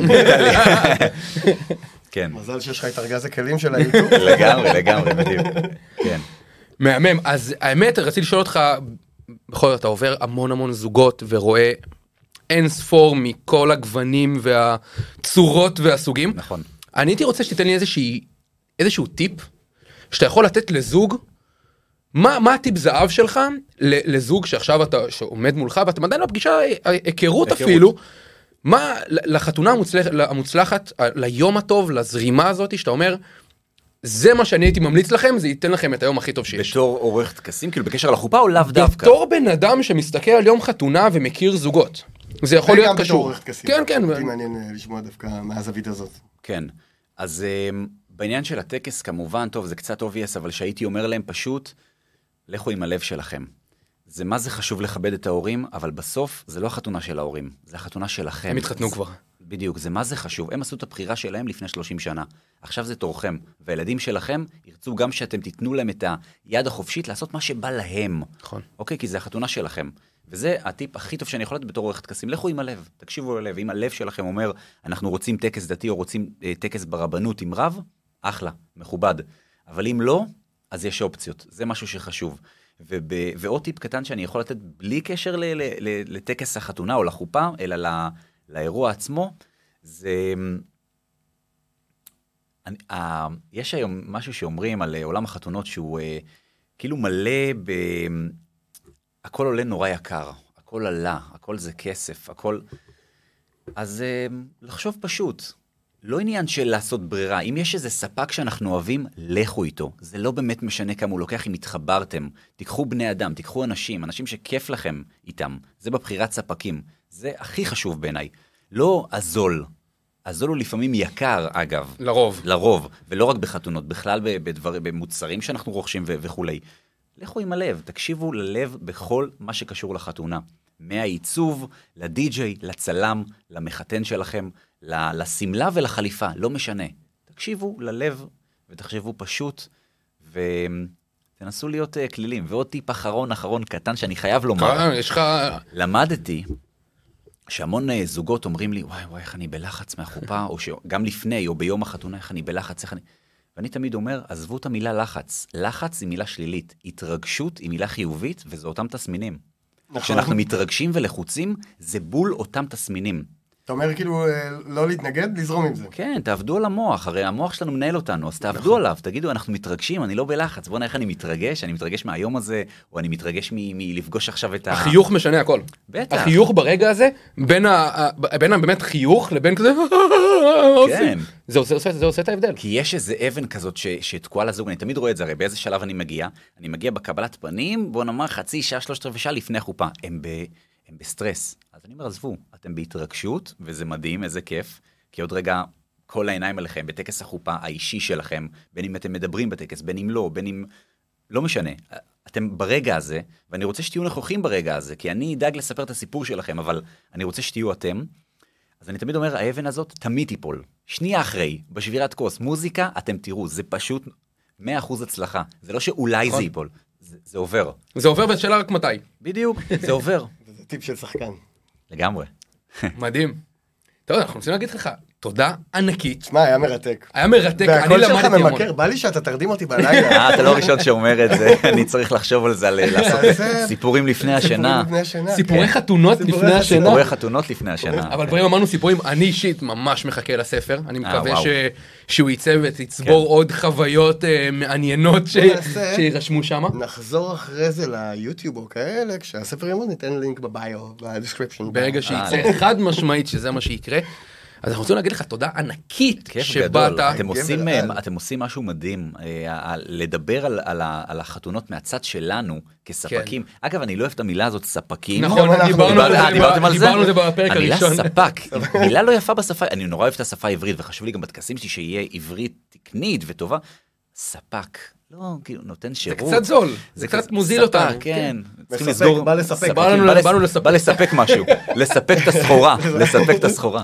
כן. מזל שיש לך את ארגז הכלים של היוטיוב. לגמרי, לגמרי, בדיוק. כן. מהמם. אז האמת, רציתי לשאול אותך, בכל זאת, אתה עובר המון המון זוגות, ורואה אין ספור מכל הגוונים והצורות והסוגים. נכון. אני הייתי רוצה שתיתן לי איזושהי, איזשהו טיפ, שאתה יכול לתת לזוג, מה, מה הטיפ זהב שלך לזוג שעכשיו אתה, שעומד מולך, ואתה עדיין לפגישה, היכרות אפילו, מה לחתונה המוצלח, המוצלחת, ליום הטוב, לזרימה הזאת, שאתה אומר, זה מה שאני הייתי ממליץ לכם, זה ייתן לכם את היום הכי טוב שיש. בתור עורך טקסים, כאילו בקשר לחופה או לאו דווקא? בתור בן אדם שמסתכל על יום חתונה ומכיר זוגות. זה יכול להיות קשור. עורך טקסים. כן, כן. אותי מעניין לשמוע דווקא מהזווית הזאת. כן. אז בעניין של הטקס, כמובן, טוב, זה קצת obvious, אבל שהייתי אומר להם פשוט, לכו עם הלב שלכם. זה מה זה חשוב לכבד את ההורים, אבל בסוף זה לא החתונה של ההורים, זה החתונה שלכם. הם התחתנו כבר. בדיוק, זה מה זה חשוב. הם עשו את הבחירה שלהם לפני שלושים שנה. עכשיו זה תורכם, והילדים שלכם ירצו גם שאתם תיתנו להם את היד החופשית לעשות מה שבא להם. נכון. אוקיי, כי זה החתונה שלכם. וזה הטיפ הכי טוב שאני יכול לתת בתור עורך טקסים. לכו עם הלב, תקשיבו ללב. אם הלב שלכם אומר, אנחנו רוצים טקס דתי או רוצים אה, טקס ברבנות עם רב, אחלה, מכובד. אבל אם לא, אז יש אופציות. זה משהו שחשוב. וב... ועוד טיפ קטן שאני יכול לתת בלי קשר ל... ל... ל... לטקס החתונה או לחופה, אלא ל... לאירוע עצמו, זה... אני... ה... יש היום משהו שאומרים על עולם החתונות שהוא אה, כאילו מלא ב... הכל עולה נורא יקר, הכל עלה, הכל זה כסף, הכל... אז אה, לחשוב פשוט, לא עניין של לעשות ברירה, אם יש איזה ספק שאנחנו אוהבים, לכו איתו. זה לא באמת משנה כמה הוא לוקח אם התחברתם. תיקחו בני אדם, תיקחו אנשים, אנשים שכיף לכם איתם. זה בבחירת ספקים. זה הכי חשוב בעיניי. לא הזול. הזול הוא לפעמים יקר, אגב. לרוב. לרוב, ולא רק בחתונות, בכלל בדבר, במוצרים שאנחנו רוכשים ו- וכולי. לכו עם הלב, תקשיבו ללב בכל מה שקשור לחתונה. מהעיצוב, לדי-ג'יי, לצלם, למחתן שלכם, לסמלה ולחליפה, לא משנה. תקשיבו ללב ותחשבו פשוט, ותנסו להיות uh, כלילים. ועוד טיפ אחרון, אחרון קטן שאני חייב לומר. יש לך... למדתי שהמון uh, זוגות אומרים לי, וואי וואי, איך אני בלחץ מהחופה, או שגם לפני, או ביום החתונה, איך אני בלחץ, איך אני... ואני תמיד אומר, עזבו את המילה לחץ. לחץ היא מילה שלילית. התרגשות היא מילה חיובית, וזה אותם תסמינים. נכון. כשאנחנו מתרגשים ולחוצים, זה בול אותם תסמינים. אתה אומר כאילו לא להתנגד, לזרום עם זה. כן, תעבדו על המוח, הרי המוח שלנו מנהל אותנו, אז תעבדו עליו, תגידו, אנחנו מתרגשים, אני לא בלחץ, בוא נראה איך אני מתרגש, אני מתרגש מהיום הזה, או אני מתרגש מלפגוש עכשיו את ה... החיוך משנה הכל. בטח. החיוך ברגע הזה, בין באמת חיוך לבין כזה... כן. זה עושה את ההבדל. כי יש איזה אבן כזאת שתקועה לזוג, אני תמיד רואה את זה, הרי באיזה שלב אני מגיע, אני מגיע בקבלת פנים, בוא נאמר חצי שעה, שלושת רבעי שעה לפני החופה, הם ב... הם בסטרס. אז אני אומר, עזבו, אתם בהתרגשות, וזה מדהים, איזה כיף, כי עוד רגע כל העיניים עליכם, בטקס החופה האישי שלכם, בין אם אתם מדברים בטקס, בין אם לא, בין אם... לא משנה. אתם ברגע הזה, ואני רוצה שתהיו נכוחים ברגע הזה, כי אני אדאג לספר את הסיפור שלכם, אבל אני רוצה שתהיו אתם. אז אני תמיד אומר, האבן הזאת תמיד תיפול. שנייה אחרי, בשבירת כוס, מוזיקה, אתם תראו, זה פשוט מאה אחוז הצלחה. זה לא שאולי זה ייפול, זה, זה עובר. זה עובר בשאלה רק מתי. בדיוק, זה עובר. זה טיפ של שחקן. לגמרי. מדהים. טוב, אנחנו רוצים להגיד לך, תודה ענקית. שמע, היה מרתק. היה מרתק, אני והכל למדתי שלך המון. ממכר, בא לי שאתה תרדים אותי בלילה. אה, אתה לא הראשון שאומר את זה, אני צריך לחשוב על זה, לעשות סיפורים לפני השינה. סיפורי חתונות לפני השינה. סיפורי חתונות לפני השינה. אבל דברים אמרנו סיפורים, אני אישית ממש מחכה לספר, אני מקווה וואו. שהוא יצא ותצבור עוד חוויות אה, מעניינות ש- נעשה. שירשמו שם. נחזור אחרי זה ליוטיוב או כאלה, כשהספר ימוד ניתן לינק בביו, בדסקריפשן. ברגע שיצא חד משמעית שזה מה שיקרה. אז אנחנו רוצים להגיד לך תודה ענקית כיף שבאת. גדול, אתם כיף עושים, גדול. אתם עושים משהו מדהים, אה, לדבר על, על, ה- על החתונות מהצד שלנו כספקים. אגב, אני לא אוהב את המילה הזאת, ספקים. נכון, אנחנו- דיברנו על זה אה, דיברתם על זה? דיברנו על זה בפרק המילה הראשון. ספק, מילה לא יפה בשפה, אני נורא אוהב את השפה העברית, וחשוב לי גם בטקסים שלי שיהיה עברית תקנית וטובה. ספק, לא, כאילו, נותן זה שירות. קצת זול, זה קצת מוזיל ספק, אותנו. כן. צריכים מספק, לסגור- בא לספק. ספקים, בא לנו- בא לס- באנו לספק. בא לספק משהו, לספק את הסחורה, לספק את הסחורה.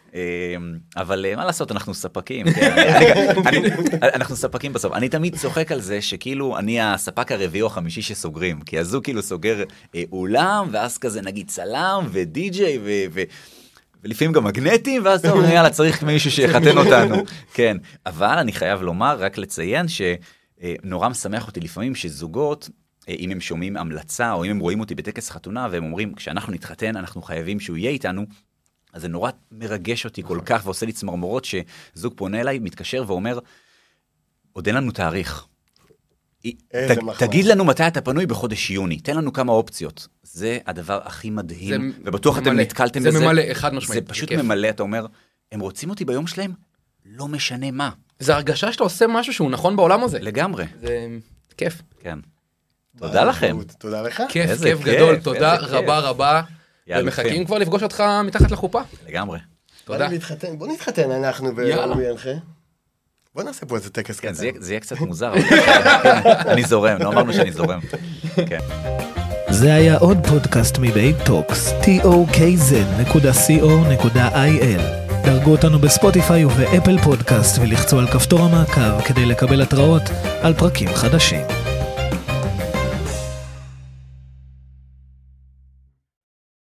אבל מה לעשות, אנחנו ספקים, כן, אני- אני- אנחנו ספקים בסוף. אני תמיד צוחק על זה שכאילו אני הספק הרביעי או החמישי שסוגרים, כי הזוג כאילו סוגר אה, אולם, ואז כזה נגיד צלם ודי-ג'יי ו... ו- ולפעמים גם מגנטים, ואז טוב, יאללה, צריך מישהו שיחתן אותנו. כן, אבל אני חייב לומר, רק לציין שנורא משמח אותי לפעמים שזוגות, אם הם שומעים המלצה, או אם הם רואים אותי בטקס חתונה, והם אומרים, כשאנחנו נתחתן, אנחנו חייבים שהוא יהיה איתנו, אז זה נורא מרגש אותי כל כך, ועושה לי צמרמורות, שזוג פונה אליי, מתקשר ואומר, עוד אין לנו תאריך. איזה ת, מחמאה. תגיד לנו מתי אתה פנוי בחודש יוני, תן לנו כמה אופציות. זה הדבר הכי מדהים, זה ובטוח אתם ממלא. נתקלתם זה בזה. ממלא, אחד משמעית, זה זה פשוט כיף. ממלא, אתה אומר, הם רוצים אותי ביום שלהם? לא משנה מה. זה הרגשה שאתה עושה משהו שהוא נכון בעולם הזה. לגמרי, זה כיף. כן. תודה לכם. תודה לך. כיף, איזה כיף כיף, גדול, תודה איזה כיף. רבה רבה. יאללה, ומחכים יפים. כבר לפגוש אותך מתחת לחופה. לגמרי. תודה. בוא נתחתן, בוא נתחתן אנחנו יאללה. ואורי ינחה. בוא נעשה פה איזה טקס כן, קטן. זה יהיה- זה יהיה קצת מוזר. אבל כן, אני זורם, לא אמרנו שאני זורם. כן. זה היה עוד פודקאסט מבייב טוקס, טי או קיי זד נקודה סי או נקודה איי אל. דרגו אותנו בספוטיפיי ובאפל פודקאסט ולחצו על כפתור המעקב כדי לקבל התראות על פרקים חדשים.